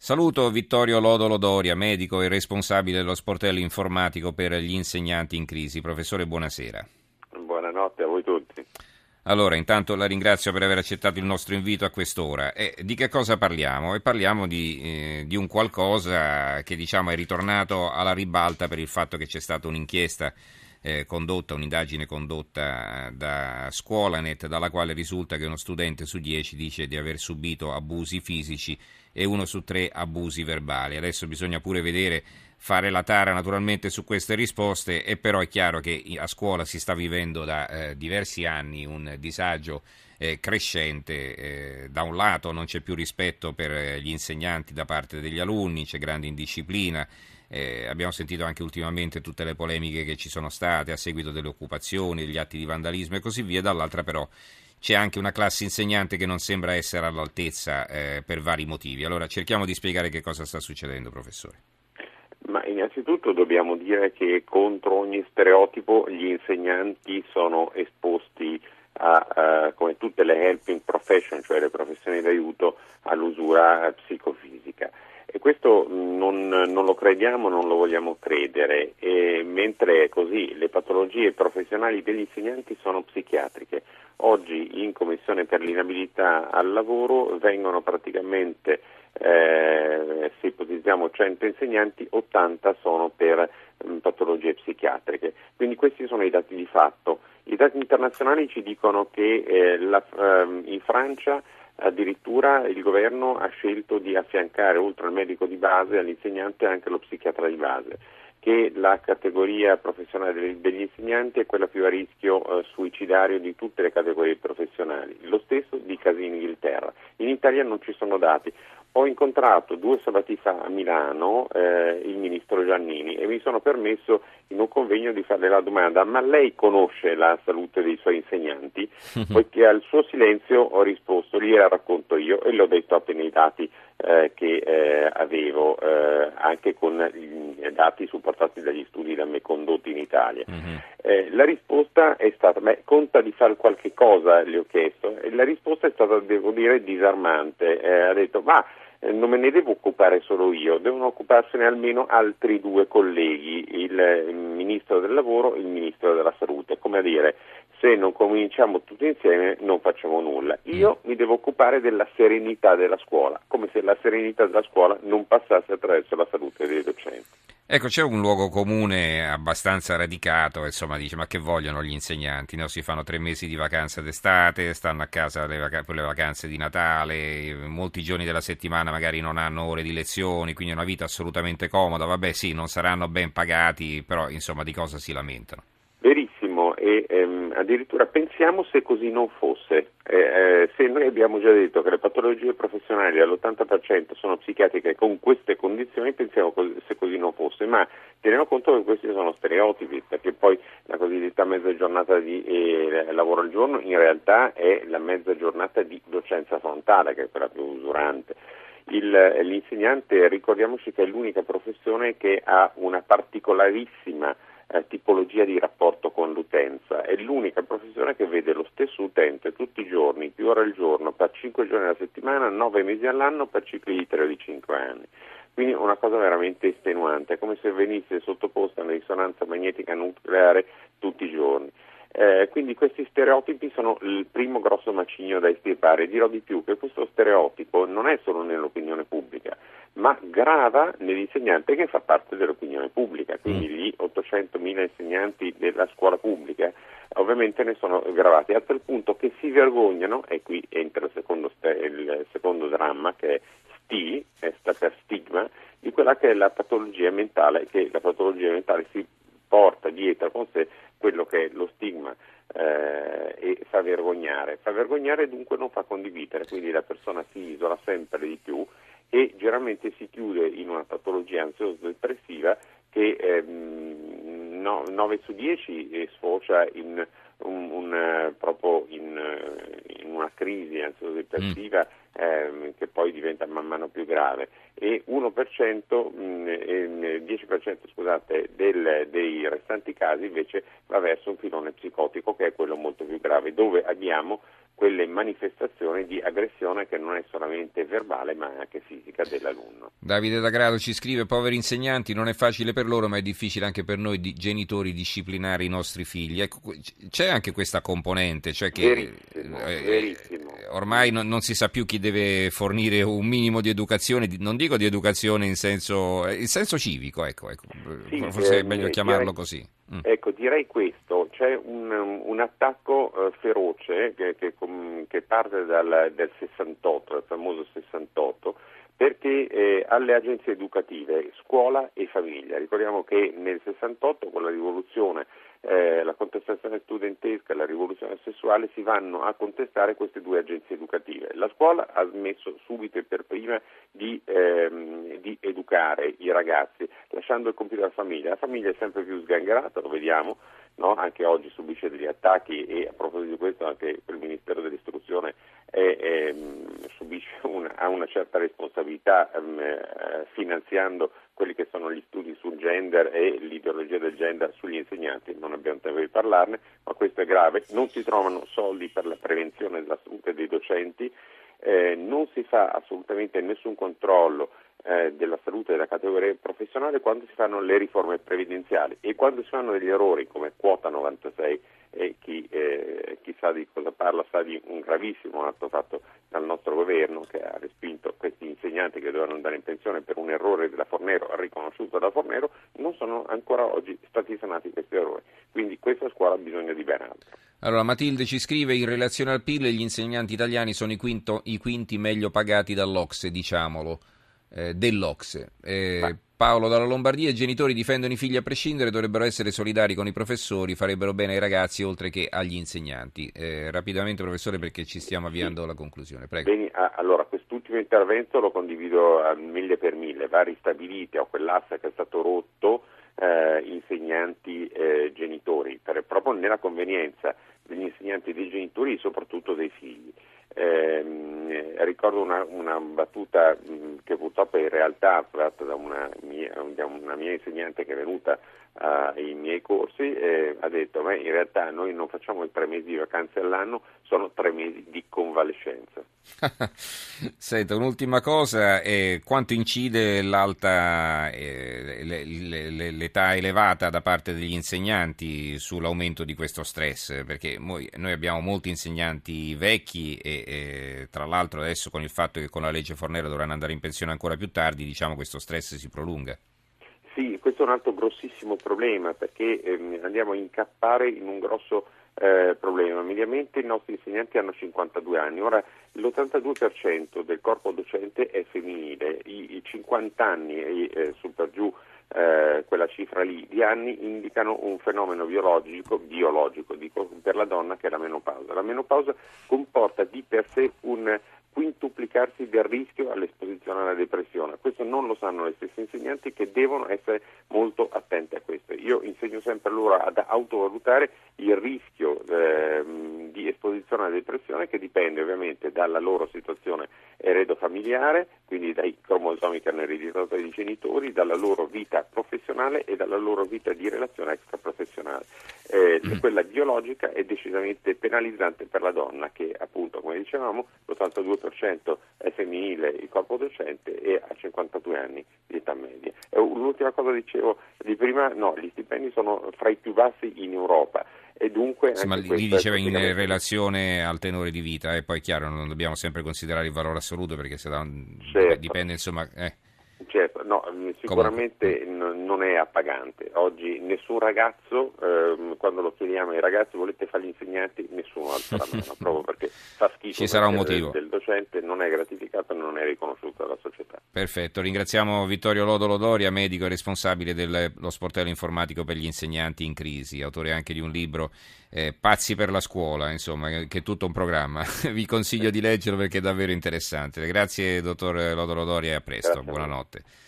Saluto Vittorio Lodolo Doria, medico e responsabile dello sportello informatico per gli insegnanti in crisi. Professore, buonasera. Buonanotte a voi tutti. Allora, intanto la ringrazio per aver accettato il nostro invito a quest'ora. Di che cosa parliamo? Parliamo di un qualcosa che è ritornato alla ribalta per il fatto che c'è stata un'inchiesta un'indagine condotta da Scuolanet, dalla quale risulta che uno studente su 10 dice di aver subito abusi fisici e 1 su 3 abusi verbali. Adesso bisogna pure fare la tara naturalmente su queste risposte, e però è chiaro che a scuola si sta vivendo da diversi anni un disagio crescente. Da un lato non c'è più rispetto per gli insegnanti da parte degli alunni, c'è grande indisciplina. Abbiamo sentito anche ultimamente tutte le polemiche che ci sono state a seguito delle occupazioni, degli atti di vandalismo e così via. Dall'altra però c'è anche una classe insegnante che non sembra essere all'altezza per vari motivi. Allora cerchiamo di spiegare che cosa sta succedendo, professore. Ma innanzitutto dobbiamo dire che contro ogni stereotipo gli insegnanti sono esposti come tutte le helping profession, cioè le professioni d'aiuto, all'usura psicofisica. E questo non lo crediamo, non lo vogliamo credere, mentre è così le patologie professionali degli insegnanti sono psichiatriche. Oggi in Commissione per l'inabilità al lavoro vengono praticamente, se ipotizziamo 100 insegnanti, 80 sono per patologie psichiatriche. Quindi questi sono i dati di fatto. I dati internazionali ci dicono che in Francia addirittura il governo ha scelto di affiancare, oltre al medico di base, all'insegnante anche lo psichiatra di base, che la categoria professionale degli insegnanti è quella più a rischio suicidario di tutte le categorie professionali. Lo stesso dicasi in Inghilterra. In Italia non ci sono dati. Ho incontrato 2 sabati fa a Milano il ministro Giannini e mi sono permesso in un convegno di farle la domanda: ma lei conosce la salute dei suoi insegnanti? Poiché al suo silenzio ho risposto: gliela racconto io, e l'ho detto appena i dati che avevo, anche con dati supportati dagli studi da me condotti in Italia. La risposta è stata: conta di fare qualche cosa, le ho chiesto, e la risposta è stata, devo dire, disarmante. Ha detto: non me ne devo occupare solo io, devono occuparsene almeno altri 2 colleghi, il Ministro del Lavoro e il Ministro della Salute, come a dire, se non cominciamo tutti insieme non facciamo nulla. Io mi devo occupare della serenità della scuola, come se la serenità della scuola non passasse attraverso la salute dei docenti. Ecco, c'è un luogo comune abbastanza radicato, insomma, dice: ma che vogliono gli insegnanti? No? Si fanno 3 mesi di vacanza d'estate, stanno a casa per le vacanze di Natale, molti giorni della settimana magari non hanno ore di lezioni, quindi è una vita assolutamente comoda. Vabbè, sì, non saranno ben pagati, però insomma di cosa si lamentano? Verissimo, e addirittura pensiamo se così non fosse. Se noi abbiamo già detto che le patologie professionali all'80% sono psichiatriche con queste condizioni, pensiamo se così non fosse, ma teniamo conto che questi sono stereotipi, perché poi la cosiddetta mezza giornata di lavoro al giorno in realtà è la mezza giornata di docenza frontale, che è quella più usurante. L'insegnante, ricordiamoci che è l'unica professione che ha una particolarissima tipologia di rapporto con l'utenza, è l'unica professione che vede lo stesso utente tutti i giorni, più ore al giorno, per 5 giorni alla settimana, 9 mesi all'anno, per cicli di 3 o di 5 anni. Quindi una cosa veramente estenuante, è come se venisse sottoposta a una risonanza magnetica nucleare tutti i giorni. Quindi questi stereotipi sono il primo grosso macigno da estirpare. Dirò di più, che questo stereotipo non è solo nell'opinione pubblica, ma grava nell'insegnante che fa parte dell'opinione pubblica. Quindi gli 800.000 insegnanti della scuola pubblica ovviamente ne sono gravati, a tal punto che si vergognano, e qui entra il secondo dramma, che è sta per stigma, di quella che è la patologia mentale, che la patologia mentale si porta dietro con sé quello che è lo stigma, e fa vergognare e dunque non fa condividere, quindi la persona si isola sempre di più e generalmente si chiude in una patologia ansioso-depressiva che 9 su 10 sfocia proprio in una crisi ansioso-depressiva che poi diventa man mano più grave, e 1%, 10% scusate, dei restanti casi invece va verso un filone psicotico, che è quello molto più grave, dove abbiamo quelle manifestazioni di aggressione che non è solamente verbale ma anche fisica dell'alunno. Davide da Grado ci scrive: poveri insegnanti, non è facile per loro ma è difficile anche per noi genitori disciplinare i nostri figli. Ecco, c'è anche questa componente, cioè che verissimo. Ormai non si sa più chi deve fornire un minimo di educazione, non dico di educazione in senso civico, ecco. Sì, forse è meglio chiamarlo così. Ecco, direi questo, c'è un attacco feroce che parte del 68, dal famoso 68, perché alle agenzie educative, scuola e famiglia. Ricordiamo che nel 68 con la rivoluzione, la contestazione studentesca e la rivoluzione sessuale si vanno a contestare queste due agenzie educative. La scuola ha smesso subito e per prima di educare i ragazzi, lasciando il compito alla famiglia. La famiglia è sempre più sgangherata, lo vediamo, no? Anche oggi subisce degli attacchi e a proposito di questo anche il Ministero dell'Istruzione ha una certa responsabilità finanziando quelli che sono gli studi sul gender e l'ideologia del gender sugli insegnanti. Non abbiamo tempo di parlarne, ma questo è grave. Non si trovano soldi per la prevenzione della salute dei docenti, non si fa assolutamente nessun controllo della salute della categoria professionale quando si fanno le riforme previdenziali e quando si fanno degli errori come quota 96 e chi sa di cosa parla sa di un gravissimo atto fatto dal nostro governo che ha respinto questi insegnanti che dovevano andare in pensione per un errore della Fornero riconosciuto da Fornero. Non sono ancora oggi stati sanati questi errori, quindi questa scuola ha bisogno di ben altro. Allora Matilde ci scrive: in relazione al PIL gli insegnanti italiani sono i quinti meglio pagati dall'OCSE, diciamolo, dell'OCSE. Paolo dalla Lombardia: i genitori difendono i figli a prescindere, dovrebbero essere solidari con i professori, farebbero bene ai ragazzi oltre che agli insegnanti. Rapidamente professore, perché ci stiamo avviando alla conclusione. Prego. Bene, allora quest'ultimo intervento lo condivido al 1000%, va ristabilito quell'asse che è stato rotto insegnanti genitori, proprio nella convenienza degli insegnanti e dei genitori e soprattutto dei figli. Ricordo una battuta che purtroppo è in realtà fatta da una mia insegnante che è venuta ai miei corsi ha detto: ma in realtà noi non facciamo i 3 mesi di vacanze all'anno, sono 3 mesi di convalescenza. Senta, un'ultima cosa, quanto incide l'età elevata da parte degli insegnanti sull'aumento di questo stress? Perché noi abbiamo molti insegnanti vecchi e tra l'altro adesso con il fatto che con la legge Fornero dovranno andare in pensione ancora più tardi, diciamo questo stress si prolunga. Sì, questo è un altro grossissimo problema perché andiamo a incappare in un grosso problema. Mediamente i nostri insegnanti hanno 52 anni, ora l'82% del corpo docente è femminile, i 50 anni e su per giù quella cifra lì di anni indicano un fenomeno biologico dico, per la donna che è la menopausa. La menopausa comporta di per sé un quintuplicarsi del rischio all'esposizione alla depressione. Questo non lo sanno le stesse insegnanti che devono essere molto attenti a questo. Io insegno sempre loro ad autovalutare il rischio di esposizione alla depressione che dipende ovviamente dalla loro situazione eredofamiliare, quindi dai cromosomi che hanno ereditato dai genitori, dalla loro vita professionale e dalla loro vita di relazione extraprofessionale. Quella biologica è decisamente penalizzante per la donna che appunto, come dicevamo, l'82% è femminile il corpo docente e ha 52 anni di età media. L'ultima cosa dicevo di prima, gli stipendi sono fra i più bassi in Europa. E dunque sì, ma lì diceva in relazione al tenore di vita e poi chiaro non dobbiamo sempre considerare il valore assoluto perché se dipende insomma Certo, sicuramente non è appagante. Oggi nessun ragazzo, quando lo chiediamo ai ragazzi volete fare gli insegnanti, nessuno alza la mano, proprio perché fa schifo. Ci sarà un motivo. Il docente non è gratificato e non è riconosciuto dalla società. Perfetto, ringraziamo Vittorio Lodolo Doria, medico e responsabile dello sportello informatico per gli insegnanti in crisi, autore anche di un libro Pazzi per la scuola, insomma, che è tutto un programma. Vi consiglio di leggerlo perché è davvero interessante. Grazie dottor Lodolo Doria e a presto, buonanotte.